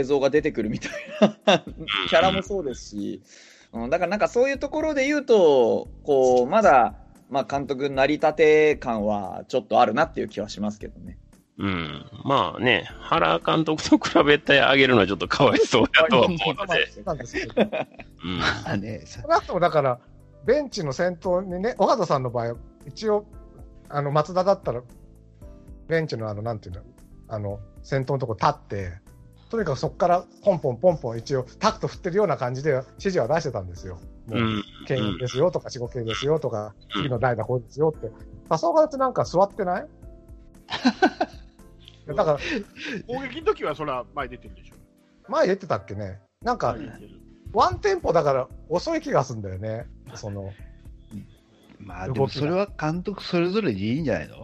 映像が出てくるみたいなキャラもそうですし、だからなんかそういうところで言うと、こう、まだ、まあ監督成り立て感はちょっとあるなっていう気はしますけどね。 うん。まあね、原監督と比べてあげるのはちょっとかわいそうやとは思うので。 そうなんですけど。 まあね、 その後もだから、ベンチの先頭にね、尾形さんの場合、一応、松田だったら、ベンチのなんていうの、先頭のとこ立って、とにかくそこからポンポンポンポン一応タクト振ってるような感じで指示は出してたんだもう、牽引ですよとか、4、5系ですよとか、次の代打こうですよって。笹岡ってなんか座ってないだから、 攻撃の時はそら前出てるでしょ。 前出てたっけね。なんか、ワンテンポだから遅い気がするんだよね。 まあでもそれは監督それぞれでいいんじゃないの？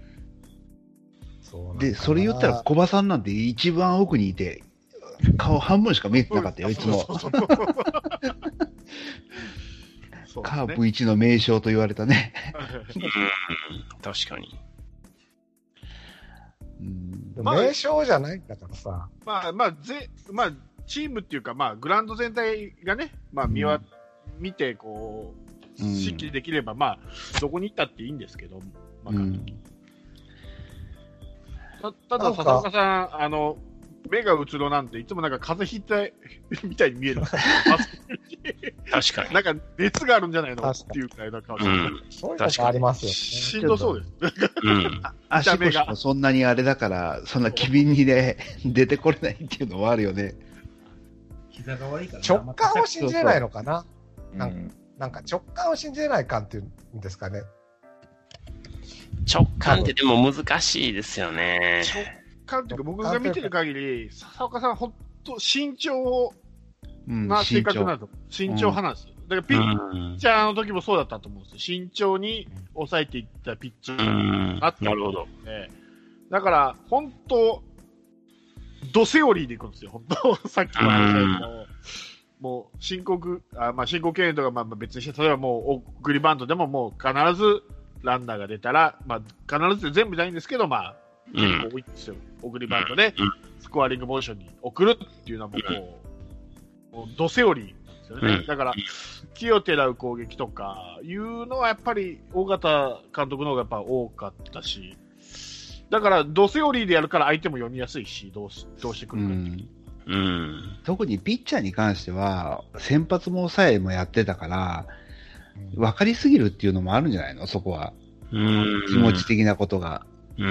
で、それ言ったら小葉さんなんて一番奥にいて、顔半分しか見えてなかったよ、いつも。カープ1の名将と言われたね。 確かに。 名将じゃないんだからさ。 まあ、チームっていうか、まあ、グラウンド全体がね、まあ、見て、こう、指揮できれば、まあ、どこに行ったっていいんですけど、まあ、ただ、笹岡さん、目がうつろなんて、いつもなんか風邪ひいたみたいに見える。 確かに。 なんか熱があるんじゃないのっていうくらいの顔して、 そういうのありますよね。 しんどそうです。 足腰もそんなにあれだから、そんな機敏にね、出てこれないっていうのはあるよね。 膝が悪いから直感を信じれないのかな。なんか直感を信じれない感っていうんですかね。 直感ってでも難しいですよね。 直感っていうか、僕が見てる限り、笹岡さん、ほんと慎重な性格なんだと。慎重派なんですよ。だからピッチャーの時もそうだったと思うんですよ。慎重に抑えていったピッチャーだった。 なるほど。 だから、本当ドセオリーでいくんですよ、本当さっきの話もう、申告敬遠とかまあ別にして、例えばもう、送りバントでももう必ずランナーが出たら、まあ必ず全部じゃないんですけど、まあ、送りバントで、スコアリングモーションに送るっていうのはもうドセオリーなんですよね。だから、気をてらう攻撃とかいうのはやっぱり、尾形監督の方がやっぱ多かったし、だから、ドセオリーでやるから相手も読みやすいし、どうしてくるか特にピッチャーに関しては、先発も抑えもやってたから、分かりすぎるっていうのもあるんじゃないのそこは。気持ち的なことが。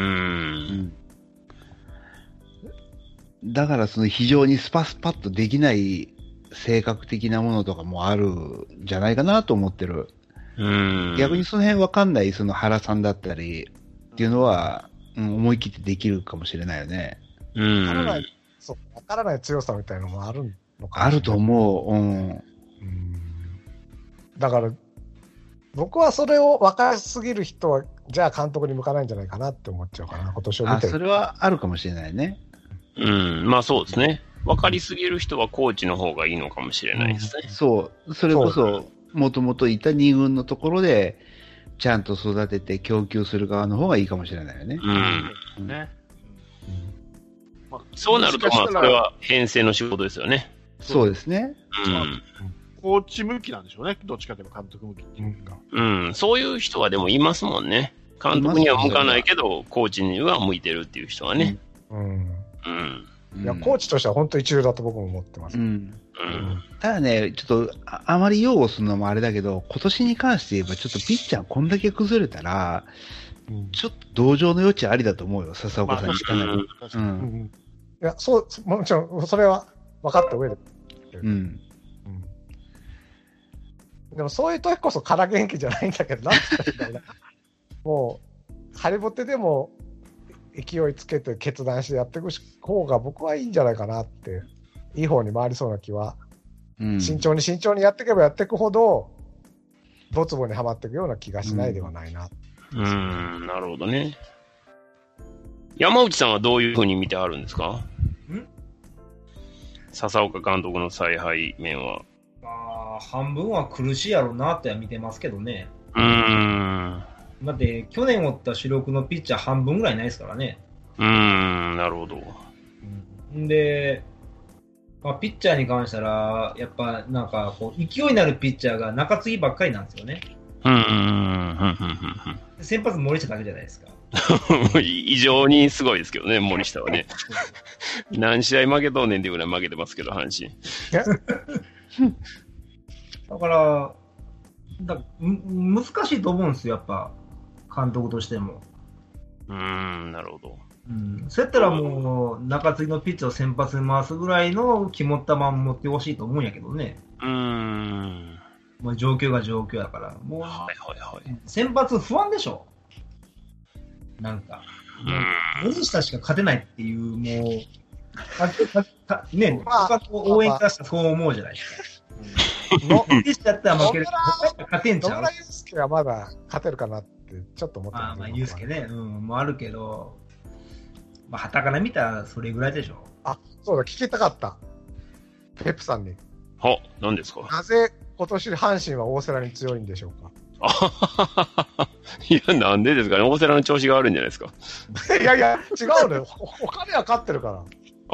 だから非常にスパスパッとできない性格的なものとかもあるんじゃないかなと思ってる。逆にその辺わかんない原さんだったりっていうのは、思い切ってできるかもしれないよね。 わからない強さみたいなのもあるのかな。 あると思う。 だから、僕はそれを分かりすぎる人は、じゃあ監督に向かないんじゃないかなって思っちゃうかな、今年を見てる。 それはあるかもしれないね。 まあそうですね。分かりすぎる人はコーチの方がいいのかもしれないですね。 そう。それこそ、もともといた2軍のところで、ちゃんと育てて供給する側の方がいいかもしれないよね。 そうなると、まあ、それは編成の仕事ですよね。 そうですね。 コーチ向きなんでしょうね。どっちかというと監督向きっていうか。 そういう人はでもいますもんね。監督には向かないけど、コーチには向いてるっていう人はね。 いや、コーチとしては本当一流だと僕も思ってます。 ただね、ちょっと あまり擁護するのもあれだけど、今年に関して言えば、ちょっとピッチャーこんだけ崩れたら、ちょっと同情の余地ありだと思うよ、笹岡さんにかなり。 いや、もちろん、それは分かった上で。でもそういう時こそ空元気じゃないんだけど、なんて言ったらいいんだろうな。もう、ハリボテでも勢いつけて決断してやっていく方が僕はいいんじゃないかなって、いい方に回りそうな気は、慎重にやっていけばやっていくほど、ドツボにはまっていくような気がしないではないな。 なるほどね。山内さんはどういうふうに見てあるんですか？笹岡監督の采配面は。 半分は苦しいやろうなって見てますけどね。だって去年おった主力のピッチャー半分ぐらいないですからね。 なるほど。 で、 まあ、ピッチャーに関したら、やっぱなんかこう勢いになるピッチャーが中継ぎばっかりなんですよね。先発森下だけじゃないですか。 異常にすごいですけどね、森下はね。何試合負けとんねんっていうぐらい負けてますけど、阪神。 だから難しいと思うんですよ、やっぱ監督としても。 なるほど。 そうやったらもう中継ぎのピッチャーを先発に回すぐらいの肝ったまま持ってほしいと思うんやけどね。もう状況が状況やから、もう先発不安でしょ。なんか森下しか勝てないっていう、もうね、他の応援からしたらそう思うじゃないですか。森下やったら負ける、勝てんちゃう。 野村祐介はまだ勝てるかなってちょっと思ってる。 まあ祐介ね、もあるけど、まあ旗から見たらそれぐらいでしょ。 あ、そうだ、聞きたかった。ペップさんに。 何ですか？ なぜ今年阪神は大瀬良に強いんでしょうか？ いや、なんでですかね。大瀬良の調子が悪いんじゃないですか。 いやいや、違うのよ。他では勝ってるから。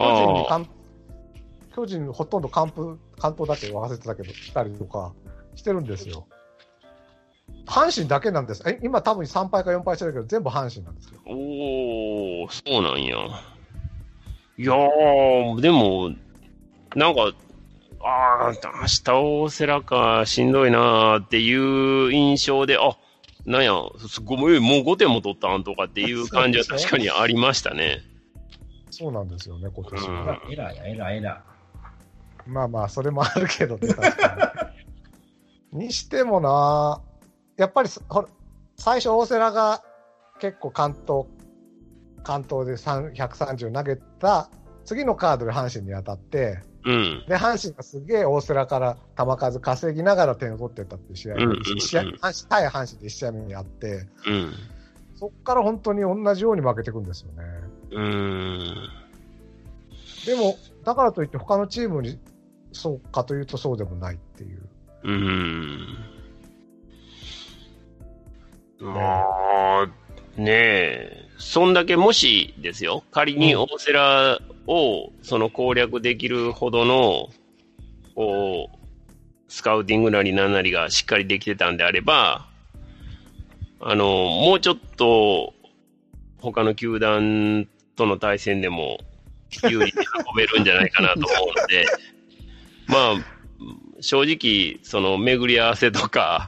巨人ほとんど完封だけ忘れてたけど、したりとかしてるんですよ。阪神だけなんです。今多分3敗か4敗してるけど、全部阪神なんですよ。 そうなんや。いやー、でも、なんか、明日大瀬良かしんどいなーっていう印象で、なんや、すごい、もう5点も取ったんとかっていう感じは確かにありましたね。 そうなんですよね、今年は。 エラー。 まあまあ、それもあるけどね、確かに。にしてもな、やっぱり最初大瀬良が結構関東で130投げた次のカードで阪神に当たって、で阪神がすげえ大瀬良から球数稼ぎながら点を取ってったっていう試合が対阪神で1試合目にあって、そっから本当に同じように負けていくんですよね。でもだからといって他のチームにそうかというとそうでもないっていう。 まあねえ、そんだけもしですよ、仮に大瀬良をその攻略できるほどのこうスカウティングなりなんなりがしっかりできてたんであれば、もうちょっと他の球団との対戦でも有利に運べるんじゃないかなと思うので、まあ正直その巡り合わせとか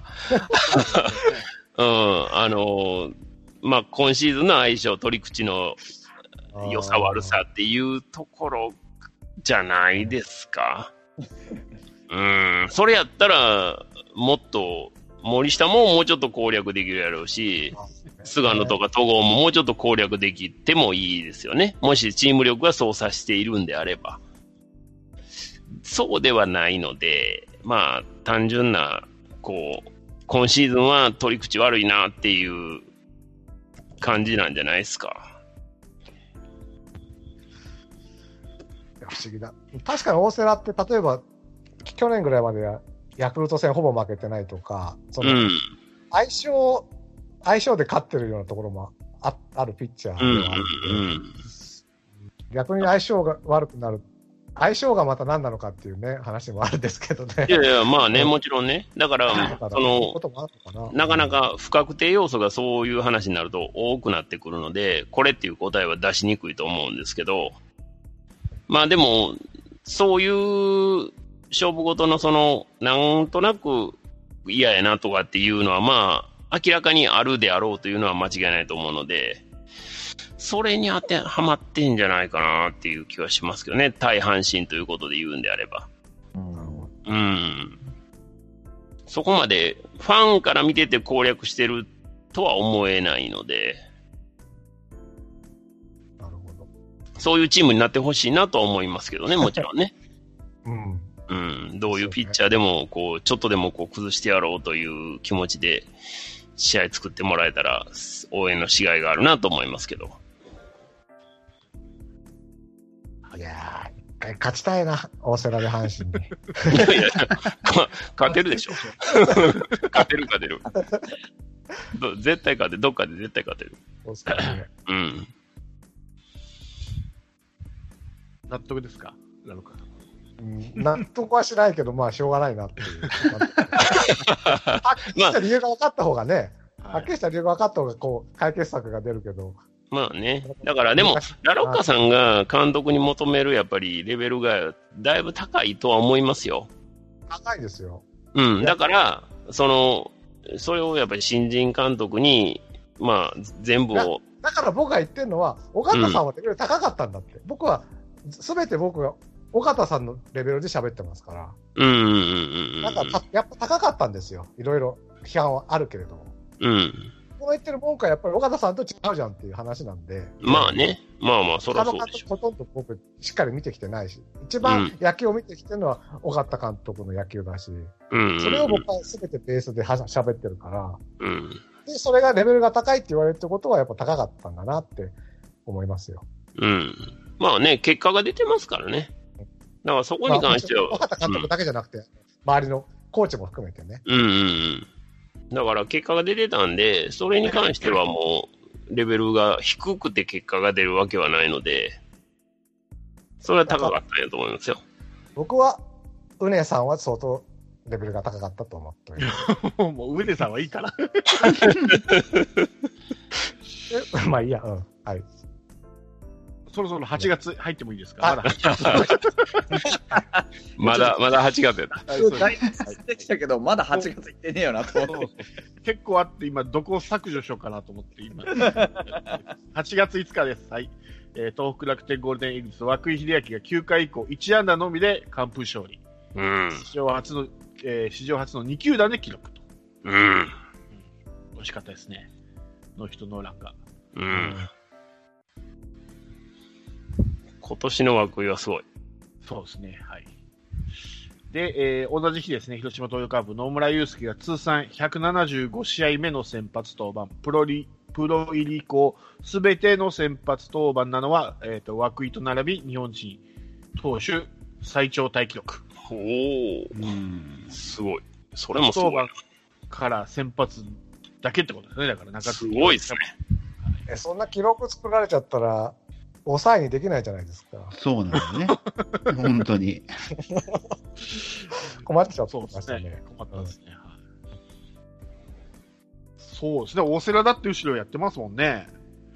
まあ今シーズンの相性、取り口の良さ悪さっていうところじゃないですか。それやったらもっと森下ももうちょっと攻略できるやろうし、菅野とか戸郷ももうちょっと攻略できてもいいですよね。もしチーム力がそうさせているんであれば。そうではないので、まあ単純な今シーズンは取り口悪いなっていう感じなんじゃないですか。 不思議だ。確かに大瀬良って例えば去年ぐらいまではヤクルト戦ほぼ負けてないとか、相性で勝ってるようなところもあるピッチャーではあるので、逆に相性が悪くなる。相性がまた何なのかっていうね、話もあるんですけどね。 いや、まあね、もちろんね。だから、なかなか不確定要素がそういう話になると多くなってくるので、これっていう答えは出しにくいと思うんですけど、まあでも、そういう勝負ごとのなんとなく嫌やなとかっていうのは、まあ、明らかにあるであろうというのは間違いないと思うので、それに当てはまってんじゃないかなっていう気はしますけどね。対阪神ということで言うんであれば。そこまでファンから見てて攻略してるとは思えないので。 なるほど。 そういうチームになってほしいなとは思いますけどね、もちろんね。どういうピッチャーでもちょっとでも崩してやろうという気持ちで試合作ってもらえたら応援のしがいがあるなと思いますけど。 いやー、一回勝ちたいな、大瀬良で阪神に。 いや勝てるでしょ。勝てる。絶対勝てる。どっかで絶対勝てる。 そうですかね。 納得ですか？なのか。 納得はしないけど、まあ、しょうがないなっていう。はっきりした理由が分かった方がね、はっきりした理由が分かった方が、こう、解決策が出るけど。 まあね。だからでも、ラロッカさんが監督に求めるやっぱりレベルがだいぶ高いとは思いますよ。 高いですよ。 うん。だから、それをやっぱり新人監督に、まあ、全部を。 だから僕が言ってるのは、尾形さんはレベル高かったんだって。僕は、すべて僕が、尾形さんのレベルで喋ってますから。なんかやっぱ高かったんですよ。いろいろ批判はあるけれども。この言ってる文句はやっぱり尾形さんと違うじゃんっていう話なんで。 まあね。まあまあ、そらそうでしょ。 ほとんど僕、しっかり見てきてないし。一番野球を見てきてるのは尾形監督の野球だし。それを僕はすべてベースで喋ってるから。で、それがレベルが高いって言われるってことはやっぱ高かったんだなって思いますよ。 まあね、結果が出てますからね。だからそこに関しては。 尾形監督だけじゃなくて、周りのコーチも含めてね。 だから結果が出てたんで、それに関してはもう、レベルが低くて結果が出るわけはないので、それは高かったんやと思いますよ。 僕は、うねさんは相当レベルが高かったと思っております。 もう、うねさんはいいから。 まあいいや、はい。 そろそろ8月入ってもいいですか？ まだ8月やな。 だいぶできたけど、まだ8月いってねえよなと思って。 結構あって、今、どこを削除しようかなと思って、今。8月5日です。はい。東北楽天ゴールデンイーグルス、涌井秀明が9回以降、1安打のみで完封勝利。史上初の2球団で記録と。美味しかったですね。ノーヒットノーランが。 今年の涌井はすごい。 そうですね。はい。で、同じ日ですね、広島東洋カープ、野村祐介が通算175試合目の先発登板、プロ入り以降、すべての先発登板なのは、涌井と並び、日本人投手最長タイ記録。 すごい。それもすごい。 登板から先発だけってことですね。だからすごいですね。そんな記録作られちゃったら、抑えにできないじゃないですか。 そうなんだね。本当に。 困っちゃってましたね。 困ったですね。そうですね。大瀬良だって後ろやってますもんね。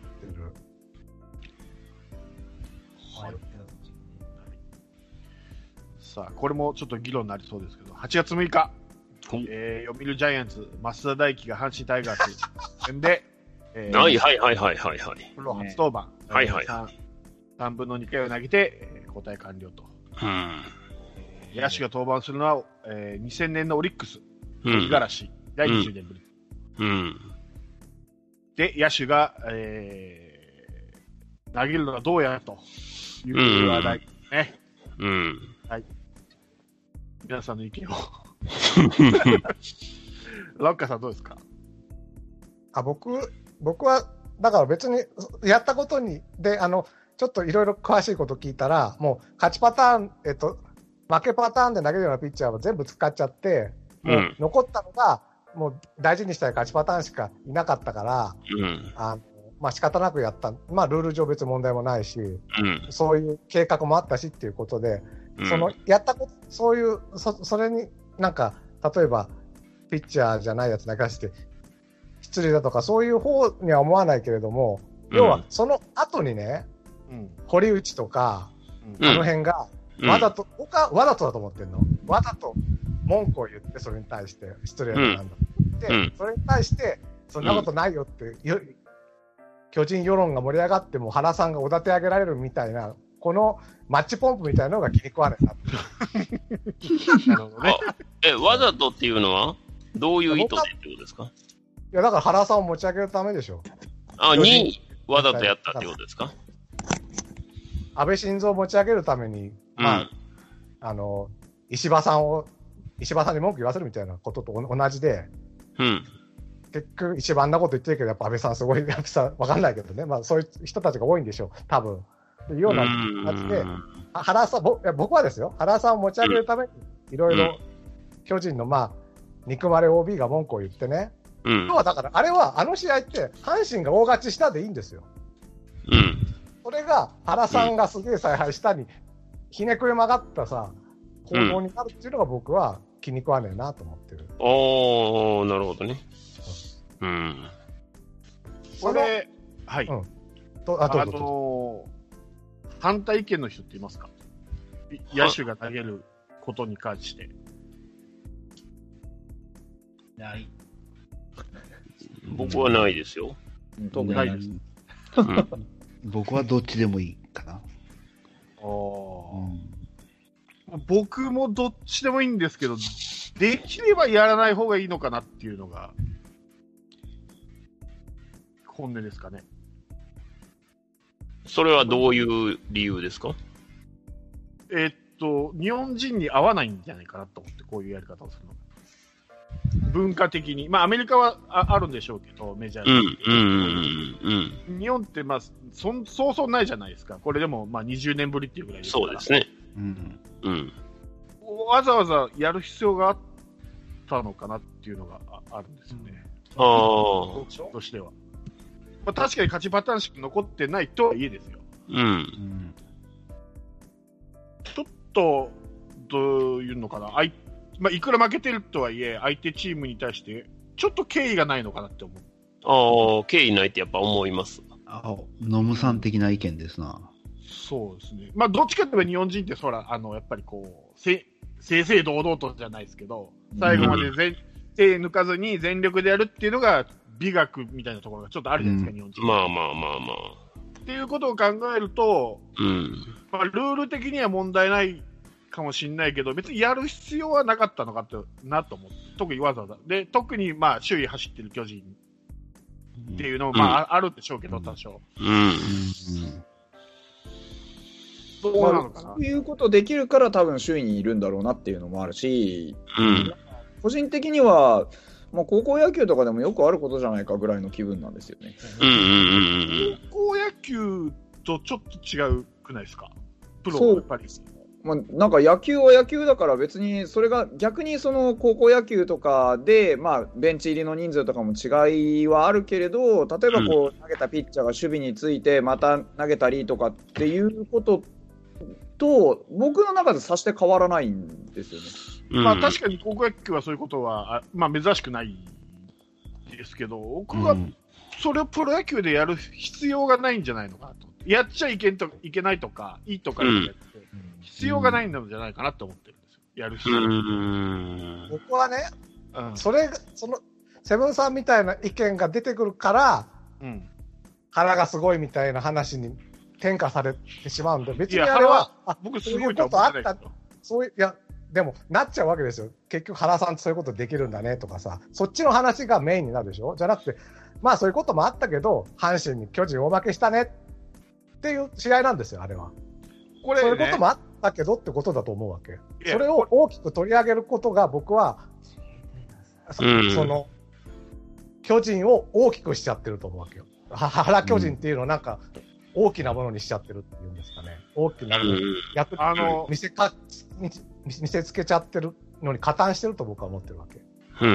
さあ、これもちょっと議論になりそうですけど、8月6日、読売ジャイアンツ、増田大輝が阪神タイガース戦で、プロ初登板。3分の2回を投げて、交代完了と。野手が登板するのは、2000年のオリックス、五十嵐、第20年ぶり。で、野手が、投げるのはどうやという話題ですね。はい。皆さんの意見を。ラッカさんどうですか？ 僕は、だから別に、やったことに、で、ちょっといろいろ詳しいこと聞いたら、もう勝ちパターン、負けパターンで投げるようなピッチャーは全部使っちゃって、もう残ったのが、もう大事にしたい勝ちパターンしかいなかったから、まあ仕方なくやった。まあルール上別に問題もないし、そういう計画もあったしっていうことで、やったこと、そういう、それになんか、例えば、ピッチャーじゃないやつ投げして、失礼だとか、そういう方には思わないけれども、要はその後にね、堀内とか、あの辺が、わざとだと思ってんの。わざと文句を言って、それに対して、失礼なんだ。で、それに対して、そんなことないよって、巨人世論が盛り上がっても原さんがおだて上げられるみたいな、このマッチポンプみたいなのが気に食われた。 なるほどね。わざとっていうのはどういう意図でってことですか？ いや、だから原さんを持ち上げるためでしょ。 にわざとやったってことですか？ 安倍晋三を持ち上げるために、まあ、石破さんに文句言わせるみたいなことと同じで、結局一番あんなこと言ってるけど、やっぱ安倍さんすごい、わかんないけどね、まあそういう人たちが多いんでしょう、多分。というような感じで、原さん、僕はですよ、原さんを持ち上げるために、いろいろ巨人のまあ、憎まれ OB が文句を言ってね、要はだから、あれは、あの試合って、阪神が大勝ちしたでいいんですよ。それが、原さんがすげえ采配したに、ひねくれ曲がったさ、 行動になるっていうのが僕は気に食わねえなと思ってる。 ああ、なるほどね。うん。 これ、はい。 うん、 反対意見の人っていますか？野手が投げることに関して。 ない。 僕はないですよ。 特にないです。 僕はどっちでもいいかな。 僕もどっちでもいいんですけど、できればやらない方がいいのかなっていうのが本音ですかね。 それはどういう理由ですか？ 日本人に合わないんじゃないかなと思って、こういうやり方をするの。文化的に。まあ、アメリカは あるんでしょうけど、メジャー日本って、まあ、そうそうないじゃないですか。これでも、まあ、20年ぶりっていうぐらいですから。 そうですね。 わざわざやる必要があったのかなっていうのがあるんですよね。としては。まあ、確かに勝ちパターンしか残ってないとはいえですよ。ちょっと、どういうのかな。まあ、いくら負けてるとはいえ、相手チームに対して、ちょっと敬意がないのかなって思う。 敬意ないってやっぱ思います。 ノムさん的な意見ですな。 そうですね。まあ、どっちかといえば日本人って、やっぱりこう、正々堂々とじゃないですけど、最後まで手抜かずに全力でやるっていうのが、美学みたいなところがちょっとあるじゃないですか、日本人。 まあ。 っていうことを考えると、まあ、ルール的には問題ないかもしれないけど、別にやる必要はなかったのかなと思って、特にわざわざ。で、特にまあ周囲走ってる巨人っていうのも、まあ、あるんでしょうけど、多少。どうなのかな。 そういうことできるから多分周囲にいるんだろうなっていうのもあるし、個人的には、まあ、高校野球とかでもよくあることじゃないかぐらいの気分なんですよね。 高校野球とちょっと違うくないですか？プロはやっぱり。 まあ、なんか野球は野球だから別にそれが逆にその高校野球とかで、まあ、ベンチ入りの人数とかも違いはあるけれど、例えばこう投げたピッチャーが守備についてまた投げたりとかっていうことと僕の中でさして変わらないんですよね。 まあ、確かに高校野球はそういうことは、まあ、珍しくないですけど、僕はそれをプロ野球でやる必要がないんじゃないのかなと。やっちゃいけないとか、いいとか言って必要がないんじゃないかなと思ってるんですよ。やる必要。 僕はね、そのセブンさんみたいな意見が出てくるから、腹がすごいみたいな話に転化されてしまうんで、別にあれは、 僕すごいとは思ってないけど。 いや、でも、なっちゃうわけですよ。結局、原さんってそういうことできるんだねとかさ、そっちの話がメインになるでしょ？じゃなくて、まあそういうこともあったけど、阪神に巨人大負けしたねっていう試合なんですよ、あれは。これね、そういうこともあったけどってことだと思うわけ。それを大きく取り上げることが、僕は、その、巨人を大きくしちゃってると思うわけよ。原巨人っていうのをなんか、大きなものにしちゃってるっていうんですかね。大きなものに見せつけちゃってるのに加担してると僕は思ってるわけ。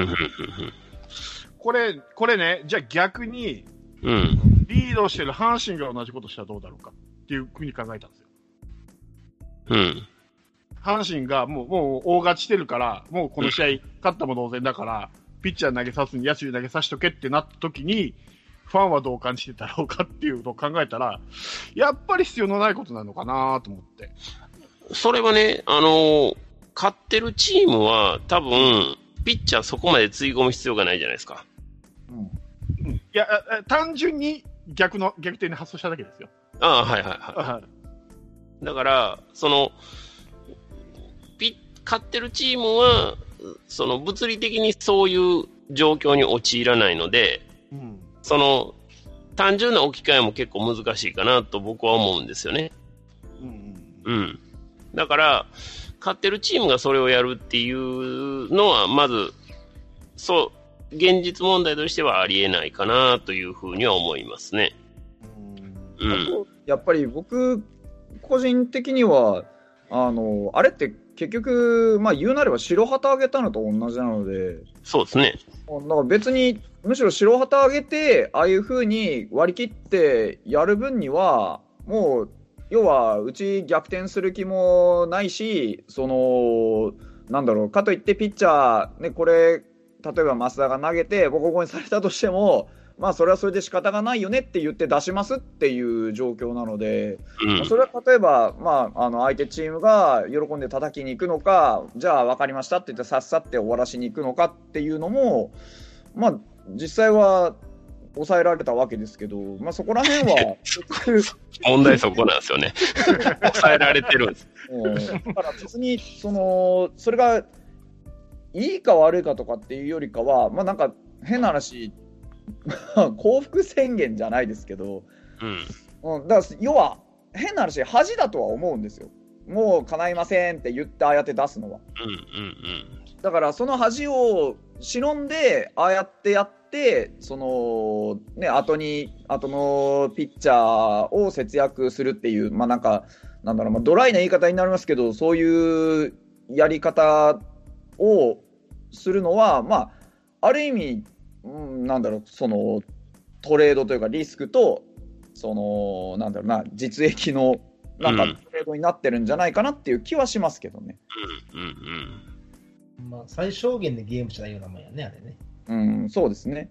これね、じゃあ逆に、リードしてる阪神が同じことしたらどうだろうかっていうふうに考えたんですよ。阪神がもう大勝ちしてるから、もうこの試合勝ったも同然だから、ピッチャー投げさすに野手投げさしとけってなった時に、ファンはどう感じてたろうかっていうのを考えたら、やっぱり必要のないことなのかなと思って。 それはね、勝ってるチームは多分、ピッチャーそこまでつぎ込む必要がないじゃないですか。 いや、単純に逆転に発想しただけですよ。 だから、勝ってるチームは、物理的にそういう状況に陥らないので、単純な置き換えも結構難しいかなと僕は思うんですよね。だから、勝ってるチームがそれをやるっていうのは、まず、現実問題としてはありえないかなというふうには思いますね。 やっぱり僕、個人的には、あれって結局、まあ言うなれば白旗あげたのと同じなので、 そうですね。 だから別に、むしろ白旗あげて、ああいう風に割り切ってやる分には、もう、 要はうち逆転する気もないし、なんだろう、かといってピッチャー、ね、これ、例えば増田が投げてボコボコにされたとしても、まあそれはそれで仕方がないよねって言って出しますっていう状況なので、それは例えば、まあ、相手チームが喜んで叩きに行くのか、じゃあ分かりましたって言ってさっさって終わらしに行くのかっていうのも、まあ実際は抑えられたわけですけど、まあそこら辺は問題そこなんですよね。抑えられてるんです。 だから別にそれがいいか悪いかとかっていうよりかは、まあなんか変な話、降伏宣言じゃないですけど、だから要は変な話、恥だとは思うんですよ。もう叶いませんって言ってああやって出すのは。だからその恥を忍んでああやってやって、後のピッチャーを節約するっていう、まあなんだろう、まあ、ドライな言い方になりますけど、そういうやり方をするのは、まあある意味、なんだろう、トレードというかリスクとなんだろうな、実益のなんかトレードになってるんじゃないかなっていう気はしますけどね。 まあ最小限でゲームしたようなもんやね、あれね。 そうですね。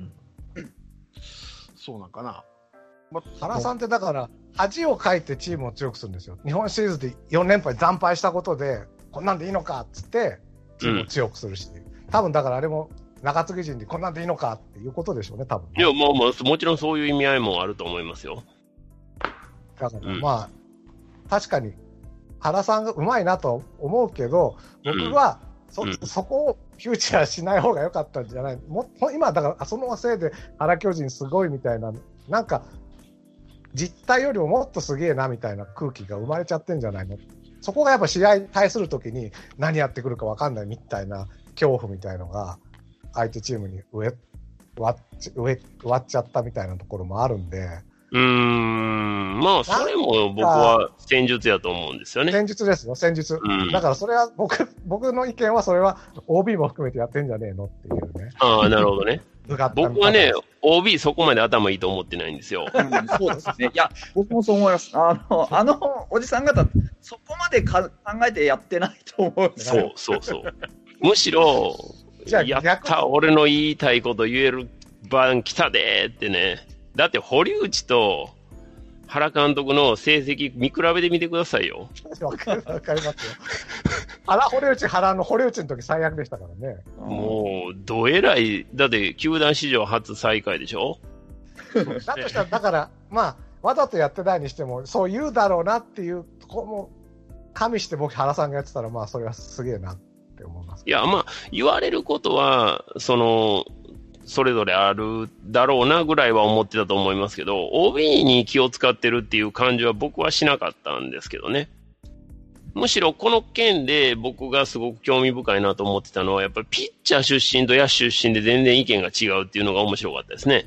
そうなんかな。 原さんってだから恥をかいてチームを強くするんですよ。日本シリーズで4連敗惨敗したことでこんなんでいいのかっつってチームを強くするし、多分だからあれも中継ぎ陣にこんなんでいいのかっていうことでしょうね、多分。 いや、もちろんそういう意味合いもあると思いますよ。 だから、まあ、確かに原さんがうまいなと思うけど、僕はそこをフューチャーしない方が良かったんじゃない。今だからそのせいで原巨人すごいみたいな、なんか実態よりももっとすげえなみたいな空気が生まれちゃってんじゃないの。そこがやっぱ試合に対するときに何やってくるか分かんないみたいな恐怖みたいのが相手チームに割っちゃったみたいなところもあるんで。 まあそれも僕は戦術やと思うんですよね。 戦術ですよ、戦術。だからそれは僕の意見はそれは OB も含めてやってんじゃねえのっていうね。 ああ、なるほどね。僕はね、OB そこまで頭いいと思ってないんですよ。 そうですね。いや、僕もそう思います。おじさん方、そこまで考えてやってないと思うんですよ。 そう。むしろ、やった、俺の言いたいこと言える番来たでーってね。だって堀内と原監督の成績見比べてみてくださいよ。 わかりますよ。原の堀内の時最悪でしたからね。 もう、どえらい、だって球団史上初最下位でしょ。 だとしたら、だから、まあ、わざとやってないにしても、そう言うだろうなっていうところも、加味して僕、原さんがやってたら、まあ、それはすげえなって思います。 いや、まあ、言われることは、それぞれあるだろうなぐらいは思ってたと思いますけど、OB に気を使ってるっていう感じは僕はしなかったんですけどね。むしろこの件で僕がすごく興味深いなと思ってたのは、やっぱりピッチャー出身と野手出身で全然意見が違うっていうのが面白かったですね。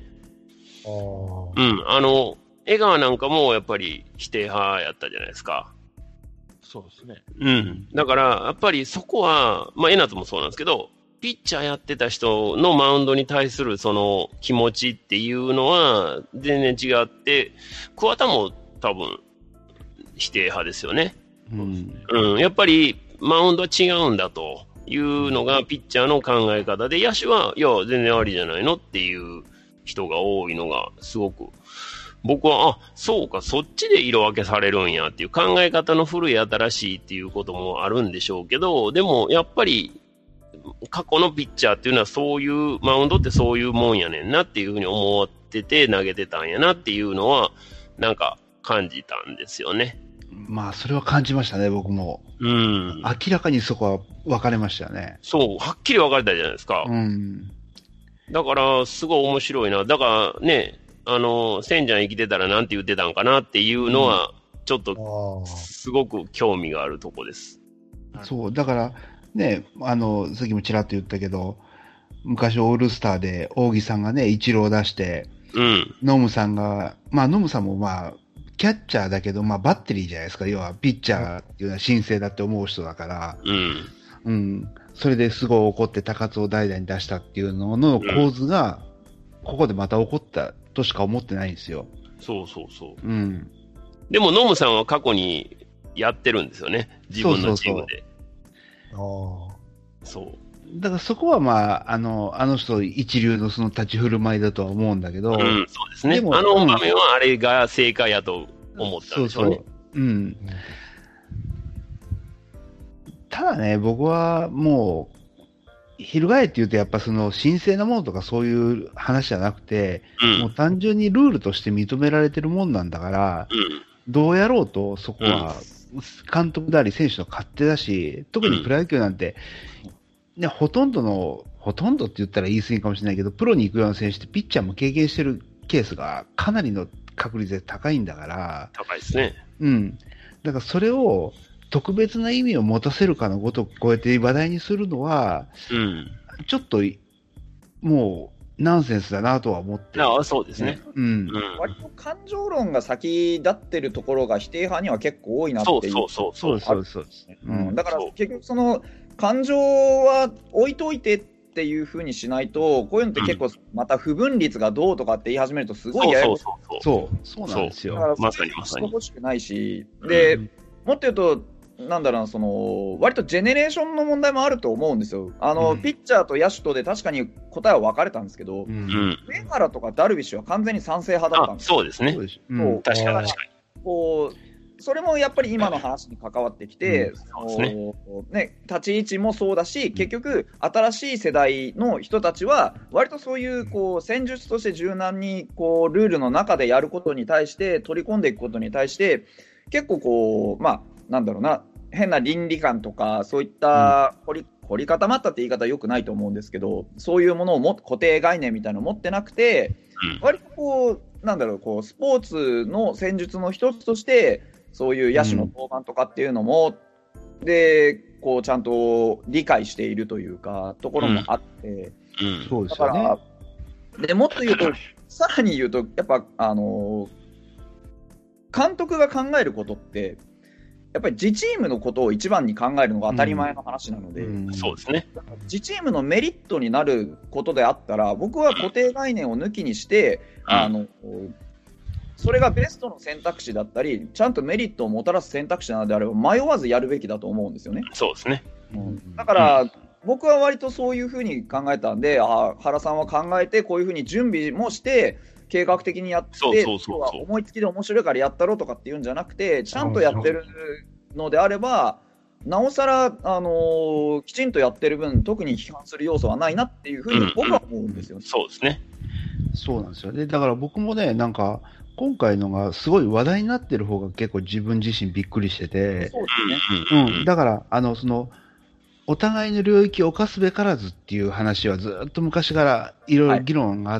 江川なんかもやっぱり否定派やったじゃないですか。 そうですね。 だから、やっぱりそこは、まあ、江夏もそうなんですけど、ピッチャーやってた人のマウンドに対するその気持ちっていうのは全然違って、桑田も多分否定派ですよね。やっぱりマウンドは違うんだというのがピッチャーの考え方で、野手はいや全然ありじゃないのっていう人が多いのがすごく僕は、そうか、そっちで色分けされるんやっていう考え方の古い新しいっていうこともあるんでしょうけど、でもやっぱり過去のピッチャーっていうのはそういうマウンドってそういうもんやねんなっていうふうに思ってて投げてたんやなっていうのはなんか感じたんですよね。 まあそれは感じましたね、僕も。明らかにそこは分かれましたよね。 そう、はっきり分かれたじゃないですか。だからすごい面白いな。だからね、センジャン生きてたらなんて言ってたんかなっていうのはちょっとすごく興味があるとこです。 そう、だからね、さっきもちらっと言ったけど、昔オールスターで扇さんがね、イチローを出して、ノムさんが、まあノムさんもまあ、キャッチャーだけど、まあバッテリーじゃないですか。要はピッチャーっていうのは神聖だって思う人だから、それですごい怒って高津を代打に出したっていうのの構図が、ここでまた起こったとしか思ってないんですよ。 そう。 でも、ノムさんは過去にやってるんですよね。自分のチームで。そう。 だからそこはまあ、あの人一流のその立ち振る舞いだとは思うんだけど。 そうですね。あの場面はあれが正解やと思ったんでしょうね。 ただね、僕はもう、翻って言うとやっぱその神聖なものとかそういう話じゃなくて、もう単純にルールとして認められてるもんなんだから、どうやろうとそこは監督であり選手の勝手だし、特にプロ野球なんて、ね、ほとんどって言ったら言い過ぎかもしれないけど、プロに行くような選手ってピッチャーも経験してるケースがかなりの確率で高いんだから。 高いですね。 だからそれを特別な意味を持たせるかのごとくこうやって話題にするのは、ちょっともうナンセンスだなとは思ってる。 そうですね。 割と感情論が先立ってるところが否定派には結構多いなっていう。 そうだから結局その感情は置いといてっていう風にしないと、こういうのって結構また不分率がどうとかって言い始めるとすごいややこしい。 そうなんですよ。 まさにまさに。欲しくないし、で、もっと言うと、なんだろうな、割とジェネレーションの問題もあると思うんですよ。ピッチャーと野手とで確かに答えは分かれたんですけど、上原とかダルビッシュは完全に賛成派だったんですよ。 そうですね。確かに。 それもやっぱり今の話に関わってきて、立ち位置もそうだし、結局、新しい世代の人たちは、割とそういう戦術として柔軟にルールの中でやることに対して、取り込んでいくことに対して、結構なんだろうな、変な倫理観とか、そういった凝り固まったって言い方はよくないと思うんですけど、そういうものを固定概念みたいなのを持ってなくて、割となんだろう、スポーツの戦術の一つとして、そういう野手の登板とかっていうのも、で、ちゃんと理解しているというか、ところもあって、 そうですよね。 だから、で、もっと言うと、さらに言うと、やっぱ、監督が考えることって、やっぱり自チームのことを一番に考えるのが当たり前の話なので、 そうですね。 自チームのメリットになることであったら、僕は固定概念を抜きにして、それがベストの選択肢だったり、ちゃんとメリットをもたらす選択肢なのであれば、迷わずやるべきだと思うんですよね。 そうですね。 だから、僕は割とそういうふうに考えたんで、原さんは考えて、こういうふうに準備もして、計画的にやって、思いつきで面白いからやったろとかっていうんじゃなくて、ちゃんとやってるのであれば、なおさら、きちんとやってる分、特に批判する要素はないなっていうふうに僕は思うんですよね。 そうですね。 そうなんですよね。だから僕もね、なんか、今回のがすごい話題になってる方が結構自分自身びっくりしてて、 そうですね。 だから、お互いの領域を犯すべからずっていう話はずっと昔からいろいろ議論があって、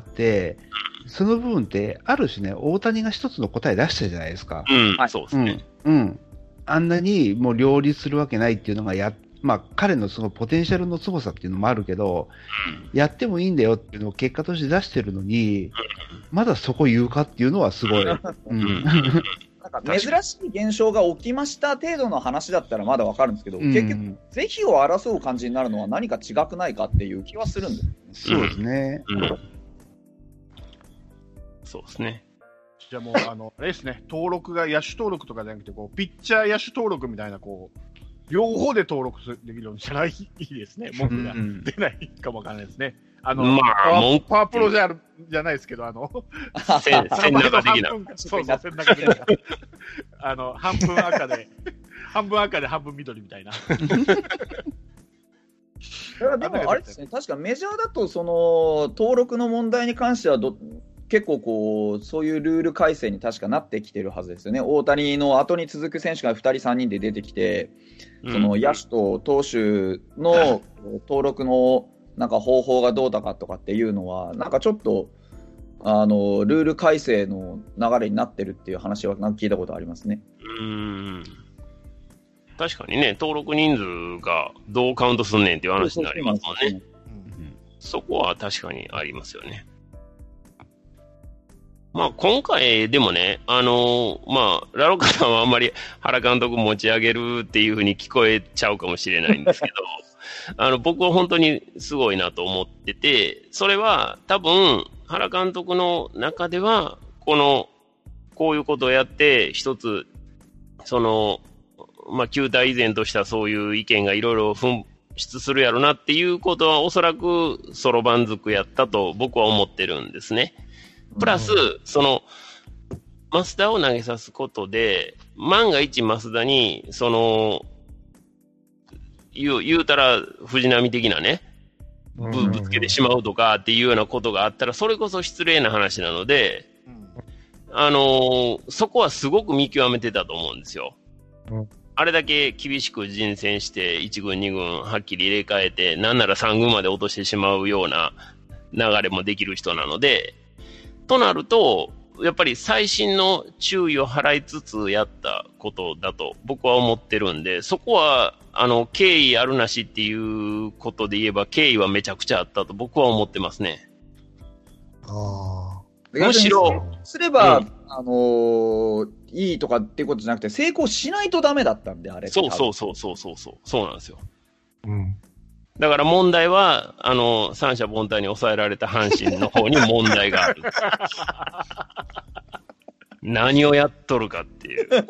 その部分ってある種ね、大谷が一つの答え出したじゃないですか。 そうですね。 あんなにもう両立するわけないっていうのが彼のそのポテンシャルの凄さっていうのもあるけど、やってもいいんだよっていうのを結果として出してるのに、まだそこ言うかっていうのはすごい。なんか珍しい現象が起きました程度の話だったらまだわかるんですけど、結局、是非を争う感じになるのは何か違くないかっていう気はするんですよね。そうですね。 そうですね。 じゃあもう、あれですね、登録が野手登録とかじゃなくて、ピッチャー野手登録みたいな、両方で登録できるんじゃないですね。文句が出ないかもわからないですね。パワープロじゃないですけど、 千中的な。 そう、千中的な。半分赤で半分緑みたいな。 でも、あれですね、確かメジャーだと、登録の問題に関しては結構そういうルール改正に確かなってきてるはずですよね。大谷の後に続く選手が2人3人で出てきて、野手と投手の登録のなんか方法がどうだかとかっていうのは、なんかちょっとルール改正の流れになってるっていう話はなんか聞いたことありますね。 確かにね、登録人数がどうカウントすんねんっていう話になりますもんね。そこは確かにありますよね。今回でもね、ラロッカさんはあんまり原監督持ち上げるっていう風に聞こえちゃうかもしれないんですけど、僕は本当にすごいなと思ってて、それは多分原監督の中では、このこういうことをやって、一つ、球体依然としたそういう意見がいろいろ噴出するやろなっていうことは、おそらくそろばんづくやったと僕は思ってるんですね。プラス、増田を投げさすことで、万が一増田に、言うたら藤波的なね、ぶつけてしまうとかっていうようなことがあったら、それこそ失礼な話なので、そこはすごく見極めてたと思うんですよ。あれだけ厳しく人選して、1軍、2軍はっきり入れ替えて、なんなら3軍まで落としてしまうような流れもできる人なので、となると、やっぱり細心の注意を払いつつやったことだと僕は思ってるんで、そこは、敬意あるなしっていうことで言えば、敬意はめちゃくちゃあったと僕は思ってますね。むしろ、 すれば、いいとかっていうことじゃなくて、成功しないとダメだったんで、あれ。 そうなんですよ。だから問題は、三者凡退に抑えられた阪神の方に問題がある。何をやっとるかっていう。 な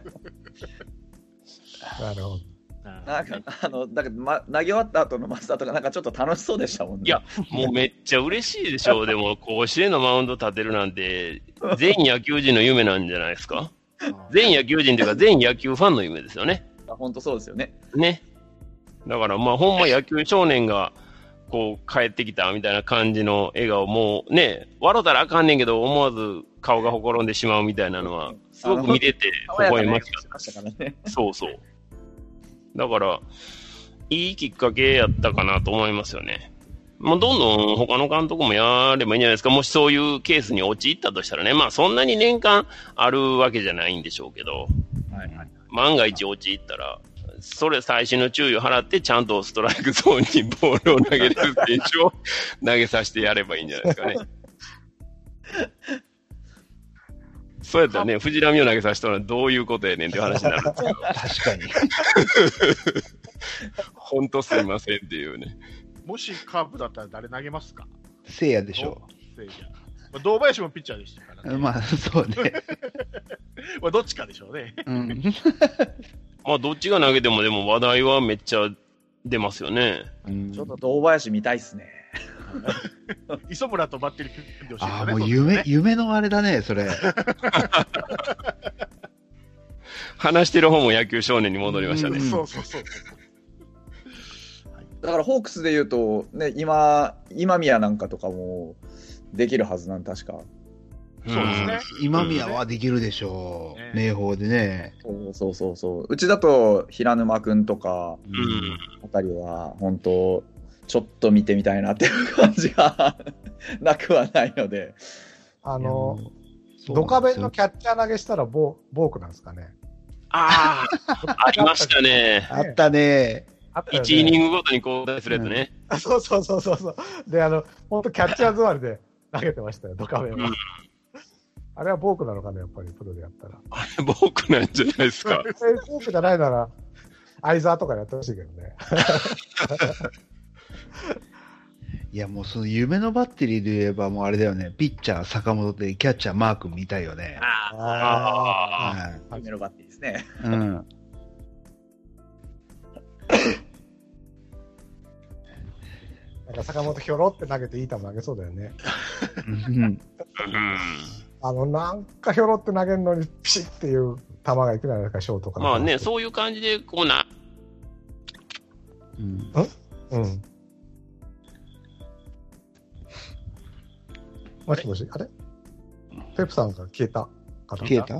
るほど。 だけど、投げ終わった後のマスターとか、なんかちょっと楽しそうでしたもんね。 いや、もうめっちゃ嬉しいでしょう。でも、甲子園のマウンド立てるなんて、全野球人の夢なんじゃないですか。全野球人というか、全野球ファンの夢ですよね。 本当そうですよね。 ね。だから、ほんま野球少年が、帰ってきたみたいな感じの笑顔もね、笑ったらあかんねんけど、思わず顔がほころんでしまうみたいなのは、すごく見てて、微笑ましかった。そうそう。だから、いいきっかけやったかなと思いますよね。どんどん他の監督もやればいいんじゃないですか。もしそういうケースに陥ったとしたらね、そんなに年間あるわけじゃないんでしょうけど、万が一陥ったら、それ最新の注意を払って、ちゃんとストライクゾーンにボールを投げる選手を投げさせてやればいいんじゃないですかね。そうやったらね、藤浪を投げさせたのはどういうことやねんって話になるんですけど。 確かに。 本当すいませんっていうね。 もしカープだったら誰投げますか？ せいやでしょう。せいや。堂林もピッチャーでしたからね。 そうね。 どっちかでしょうね。 どっちが投げてもでも話題はめっちゃ出ますよね。 ちょっと堂林見たいっすね。 磯村とバッテリー組んでほしいですね。 もう夢のあれだね、それ。 話してる方も野球少年に戻りましたね。 そう。 だからホークスで言うと、ね、今宮なんかとかもできるはずなん確か。 そうですね。 今宮はできるでしょう。明豊でね。 そう。うちだと平沼くんとか、あたりは本当ちょっと見てみたいなっていう感じがなくはないので。 ドカベンのキャッチャー投げしたらボークなんですかね。 ありましたね。 あったね。 1イニングごとに交代するやつね。 そう。で、本当キャッチャー座りで投げてましたよ、ドカベンは。あれはボークなのかね、やっぱりプロでやったら。 あれボークなんじゃないですか。 ボークじゃないなら、相沢とかやってほしいけどね。 いや、もうその夢のバッテリーで言えばもうあれだよね。ピッチャー坂本でキャッチャーマー君見たいよね。 夢のバッテリーですね。 なんか坂本ひょろって投げていい球投げそうだよね。なんかひょろって投げるのにピシッっていう球がいくじゃないですか、ショートから。 そういう感じでもしもし、あれペプさんが消えたかな？ 消えた？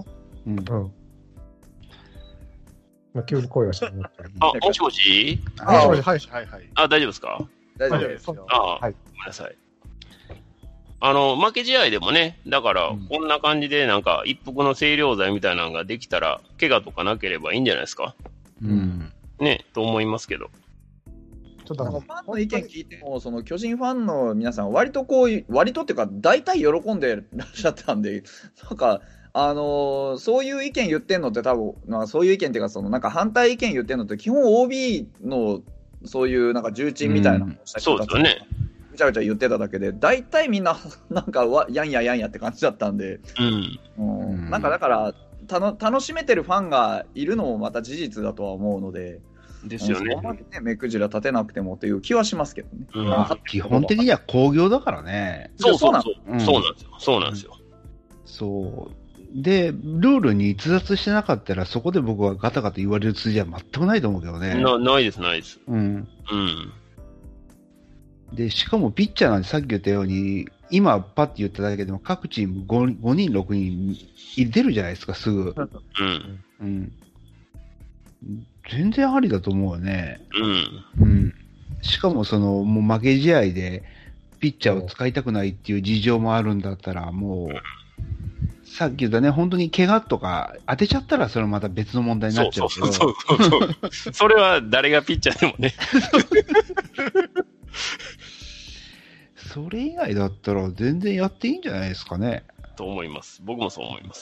急に声がした。 もしもし？ はい。 大丈夫ですか？ 大丈夫ですよ。 ごめんなさい。負け試合でもね、だから、こんな感じで、なんか、一服の清涼剤みたいなのができたら、怪我とかなければいいんじゃないですか。ね、と思いますけど。 ちょっとファンの意見聞いても、その巨人ファンの皆さん、割とっていうか、大体喜んでらっしゃったんで、なんか、そういう意見言ってんのって多分、そういう意見っていうか、なんか反対意見言ってんのって、基本 OB の、そういうなんか重鎮みたいな、 そうですよね。 ぐちゃぐちゃ言ってただけで、大体みんな、なんかやんやって感じだったんで、なんかだから楽しめてるファンがいるのもまた事実だとは思うので、 ですよね。 そこまでね、目くじら立てなくてもという気はしますけどね。 基本的には興行だからね。 そうなんですよ。 そう。で、ルールに逸脱してなかったら、そこで僕はガタガタ言われる筋は全くないと思うけどね。 ないです。 で、しかもピッチャーなんてさっき言ったように、今パッて言っただけでも各チーム 5人、6人出るじゃないですか、すぐ。全然ありだと思うよね。しかももう負け試合でピッチャーを使いたくないっていう事情もあるんだったら、もう、さっき言ったね、本当に怪我とか当てちゃったらそれまた別の問題になっちゃうけど。 それは誰がピッチャーでもね。 それ以外だったら全然やっていいんじゃないですかね。 と思います。僕もそう思います。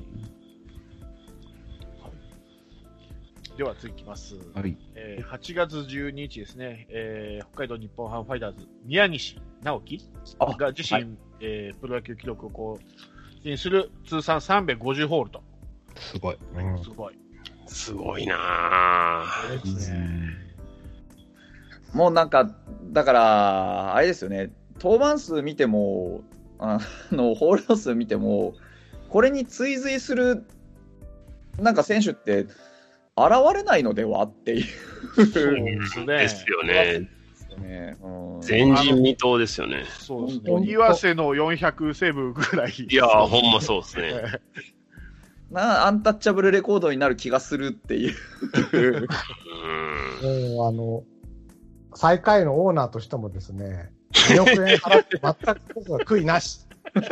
では次いきます。 はい。 8月12日ですね、北海道日本ハムファイターズ、宮西直樹が自身、プロ野球記録を更新する通算350ホールド。 すごい。 すごいなぁ。 ですね。 もうなんか、だから、あれですよね、登板数見ても、ホールド数見ても、これに追随する、なんか選手って、現れないのではっていう。 そうですよね。前人未到ですよね。 そうですね。岩瀬の400セーブぐらい。 いやー、ほんまそうですね。 アンタッチャブルレコードになる気がするっていう。 もう最下位のオーナーとしてもですね、2億円払って全く僕は悔いなし。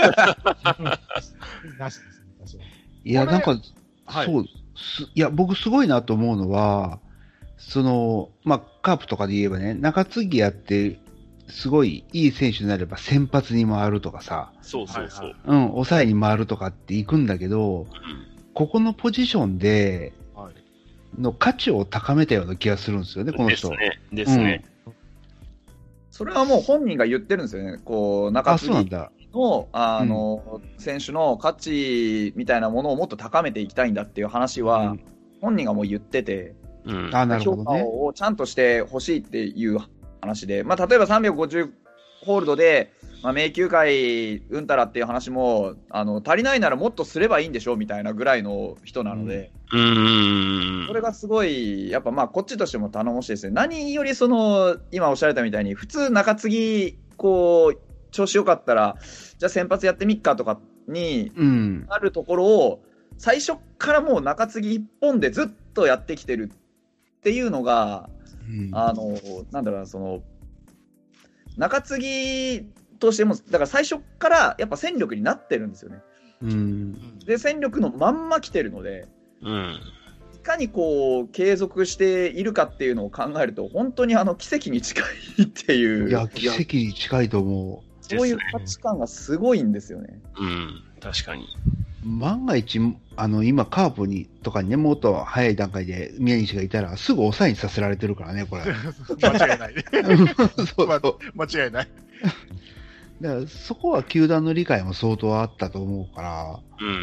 なしですね、私は。 いや、なんか、そう、いや、僕すごいなと思うのは、カープとかで言えばね、中継ぎやって、すごいいい選手になれば先発に回るとかさ、抑えに回るとかっていくんだけど、ここのポジションで、の価値を高めたような気がするんですよね、この人。 ですね。 それはもう本人が言ってるんですよね。中継ぎの、選手の価値みたいなものをもっと高めていきたいんだっていう話は、本人がもう言ってて、 なるほどね。 評価をちゃんとしてほしいっていう話で、例えば350ホールドで、名球会うんたらっていう話も足りないならもっとすればいいんでしょみたいなぐらいの人なので、それがすごいやっぱこっちとしても頼もしいですね。何より今おっしゃられたみたいに普通中継ぎ調子よかったらじゃあ先発やってみっかとかになるところを、最初からもう中継ぎ一本でずっとやってきてるっていうのが、なんだろうな、中継ぎとしても、だから最初からやっぱ戦力になってるんですよね。で、戦力のまんま来てるので、いかに継続しているかっていうのを考えると、本当に奇跡に近いっていう。 いや、奇跡に近いと思う。 そういう価値観がすごいんですよね。 確かに。 万が一、今、カープとかにね、もっと早い段階で宮西がいたら、すぐ抑えにさせられてるからね、これ。 間違いない。間違いない。 だからそこは球団の理解も相当あったと思うから、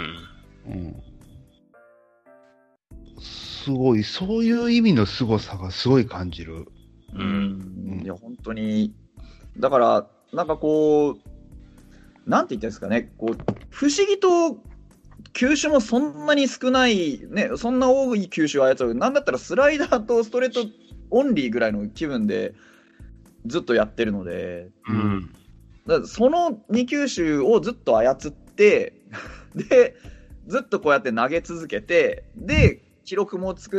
すごい、そういう意味の凄さがすごい感じる。 いや、本当に、だから、なんかなんて言ったんですかね、不思議と、球種もそんなに少ない、ね、そんな多い球種を操る、なんだったらスライダーとストレートオンリーぐらいの気分でずっとやってるので、だからその2球種をずっと操ってで、ずっとこうやって投げ続けて、で、記録も作って、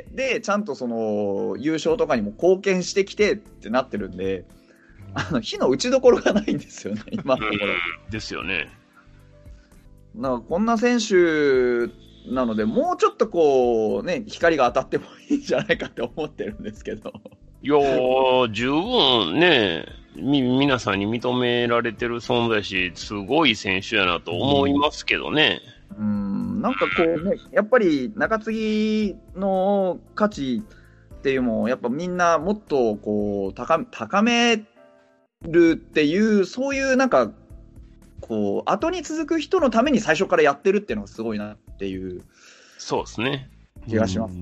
で、ちゃんと優勝とかにも貢献してきてってなってるんで、火の打ちどころがないんですよね、今のところ。 ですよね。 なんかこんな選手なので、もうちょっと光が当たってもいいんじゃないかって思ってるんですけど。 いやー、十分ね、皆さんに認められてる存在し、すごい選手やなと思いますけどね。 なんかやっぱり中継ぎの価値っていうのも、やっぱみんなもっと高めるっていう、そういうなんか、こう、後に続く人のために最初からやってるっていうのがすごいなっていう。 そうですね。 気がします。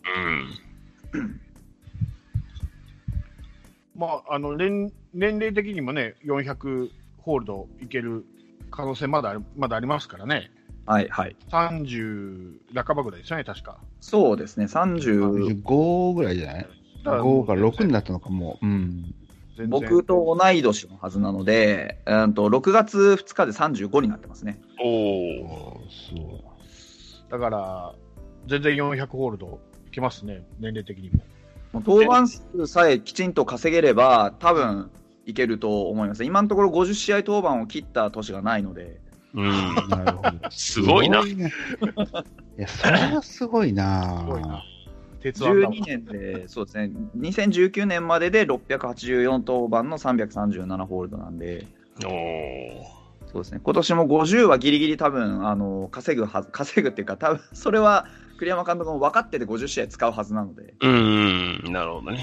まあ、年齢的にもね、400ホールドいける可能性まだありますからね。 はいはい。 30半ばぐらいですよね、確か。 そうですね、 35ぐらいじゃない ?5 から6になったのかも。 僕と同い年のはずなので、6月2日で35になってますね。 そう。 だから、全然400ホールドいけますね、年齢的にも。 登板数さえきちんと稼げれば、多分いけると思います。今のところ50試合登板を切った年がないので。 なるほど。 すごいな。 いや、それはすごいな。 12年で、そうですね、2019年までで684登板の337ホールドなんで。そうですね、今年も50はギリギリ多分稼ぐっていうか、多分それは栗山監督も分かってて50試合使うはずなので。 なるほどね。